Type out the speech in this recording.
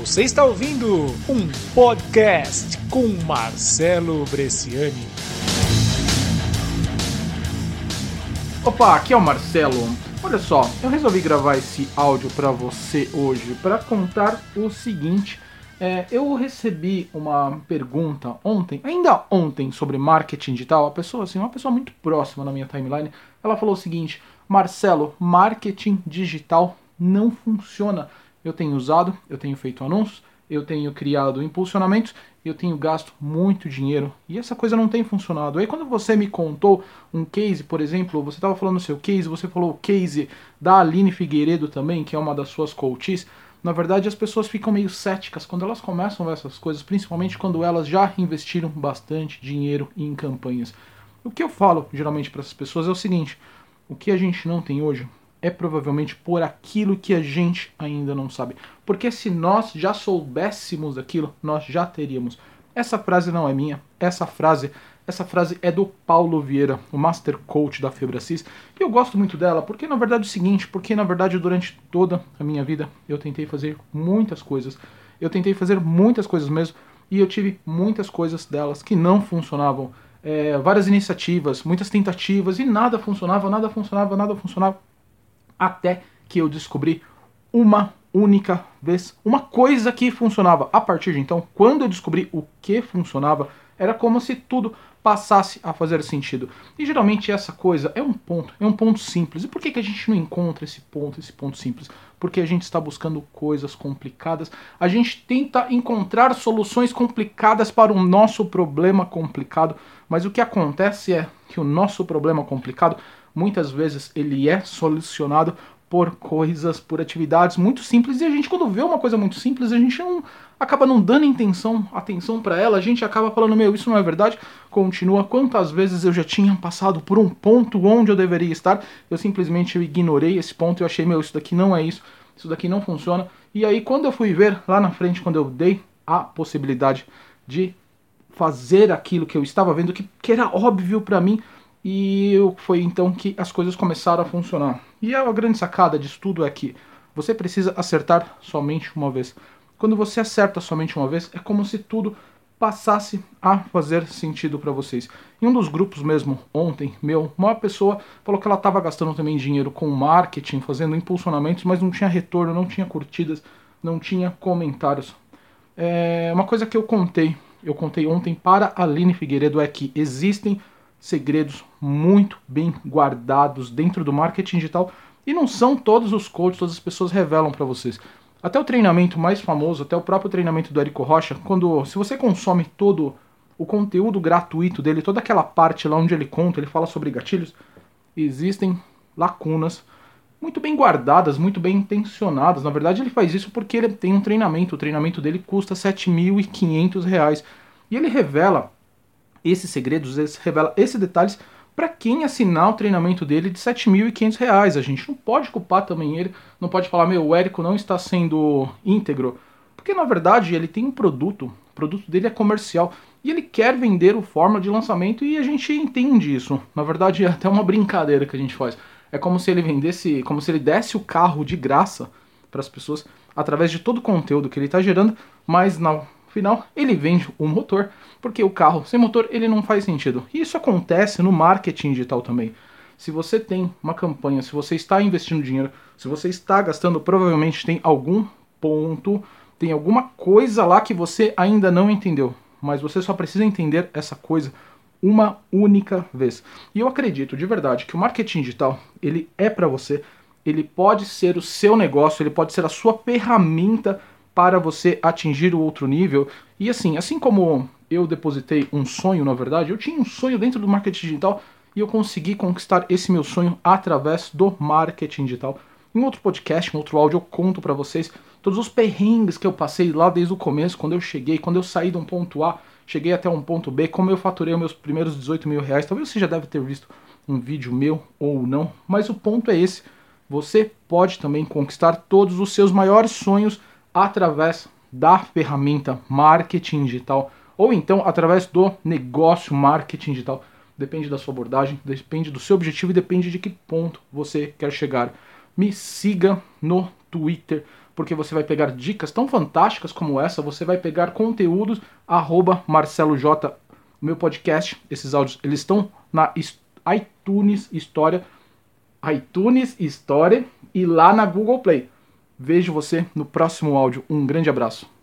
Você está ouvindo um podcast com Marcelo Bresciani. Opa, aqui é o Marcelo. Olha só, eu resolvi gravar esse áudio para você hoje para contar o seguinte. Eu recebi uma pergunta ainda ontem, sobre marketing digital. Uma pessoa muito próxima na minha timeline, ela falou o seguinte: Marcelo, marketing digital não funciona. Eu tenho usado, eu tenho feito anúncios, eu tenho criado impulsionamentos, eu tenho gasto muito dinheiro e essa coisa não tem funcionado. Aí quando você me contou um case, por exemplo, você estava falando o seu case, você falou o case da Aline Figueiredo também, que é uma das suas coaches. Na verdade, as pessoas ficam meio céticas quando elas começam a ver essas coisas, principalmente quando elas já investiram bastante dinheiro em campanhas. O que eu falo geralmente para essas pessoas é o seguinte: o que a gente não tem hoje é provavelmente por aquilo que a gente ainda não sabe. Porque se nós já soubéssemos aquilo, nós já teríamos. Essa frase não é minha, essa frase é do Paulo Vieira, o Master Coach da Febracis, e eu gosto muito dela, porque na verdade é o seguinte, durante toda a minha vida eu tentei fazer muitas coisas, mesmo, e eu tive muitas coisas delas que não funcionavam, várias iniciativas, muitas tentativas, e nada funcionava, até que eu descobri uma única vez uma coisa que funcionava. A partir de então, quando eu descobri o que funcionava, era como se tudo passasse a fazer sentido. E geralmente essa coisa é um ponto simples. E por que a gente não encontra esse ponto simples? Porque a gente está buscando coisas complicadas. A gente tenta encontrar soluções complicadas para o nosso problema complicado. Mas o que acontece é que o nosso problema complicado, muitas vezes, ele é solucionado por atividades muito simples, e a gente, quando vê uma coisa muito simples, a gente acaba não dando atenção para ela, a gente acaba falando, isso não é verdade, continua. Quantas vezes eu já tinha passado por um ponto onde eu deveria estar, eu simplesmente ignorei esse ponto, eu achei, isso daqui não é isso daqui não funciona, e aí quando eu fui ver lá na frente, quando eu dei a possibilidade de fazer aquilo que eu estava vendo, que era óbvio para mim, e foi então que as coisas começaram a funcionar. E a grande sacada disso tudo é que você precisa acertar somente uma vez. Quando você acerta somente uma vez, é como se tudo passasse a fazer sentido para vocês. Em um dos grupos mesmo, ontem, uma pessoa falou que ela estava gastando também dinheiro com marketing, fazendo impulsionamentos, mas não tinha retorno, não tinha curtidas, não tinha comentários. Uma coisa que eu contei ontem para a Aline Figueiredo é que existem segredos muito bem guardados dentro do marketing digital, e não são todos os coaches, todas as pessoas revelam para vocês. Até o treinamento mais famoso, até o próprio treinamento do Érico Rocha, se você consome todo o conteúdo gratuito dele, toda aquela parte lá onde ele fala sobre gatilhos, existem lacunas muito bem guardadas, muito bem intencionadas. Na verdade, ele faz isso porque ele tem um treinamento, o treinamento dele custa R$ 7.500, e ele revela esses segredos, revela esses detalhes para quem assinar o treinamento dele de R$ 7.500. A gente não pode culpar também ele, não pode falar, o Érico não está sendo íntegro, porque na verdade ele tem um produto, o produto dele é comercial, e ele quer vender o fórmula de lançamento, e a gente entende isso. Na verdade é até uma brincadeira que a gente faz. É como se ele desse o carro de graça para as pessoas, através de todo o conteúdo que ele está gerando, mas no final ele vende o motor, porque o carro sem motor ele não faz sentido. E isso acontece no marketing digital também. Se você tem uma campanha, se você está investindo dinheiro, se você está gastando, provavelmente tem algum ponto, tem alguma coisa lá que você ainda não entendeu, mas você só precisa entender essa coisa uma única vez. E eu acredito de verdade que o marketing digital, ele é para você, ele pode ser o seu negócio, ele pode ser a sua ferramenta para você atingir o outro nível. E assim como eu depositei um sonho, na verdade, eu tinha um sonho dentro do marketing digital, e eu consegui conquistar esse meu sonho através do marketing digital. Em outro podcast, em outro áudio, eu conto para vocês todos os perrengues que eu passei lá desde o começo, quando eu saí de um ponto A, cheguei até um ponto B, como eu faturei os meus primeiros R$ 18 mil. Talvez você já deve ter visto um vídeo meu ou não, mas o ponto é esse. Você pode também conquistar todos os seus maiores sonhos através da ferramenta marketing digital, ou então através do negócio marketing digital. Depende da sua abordagem, depende do seu objetivo e depende de que ponto você quer chegar. Me siga no Twitter, porque você vai pegar dicas tão fantásticas como essa, você vai pegar conteúdos, @MarceloJ, o meu podcast, esses áudios, eles estão na iTunes História e lá na Google Play. Vejo você no próximo áudio. Um grande abraço.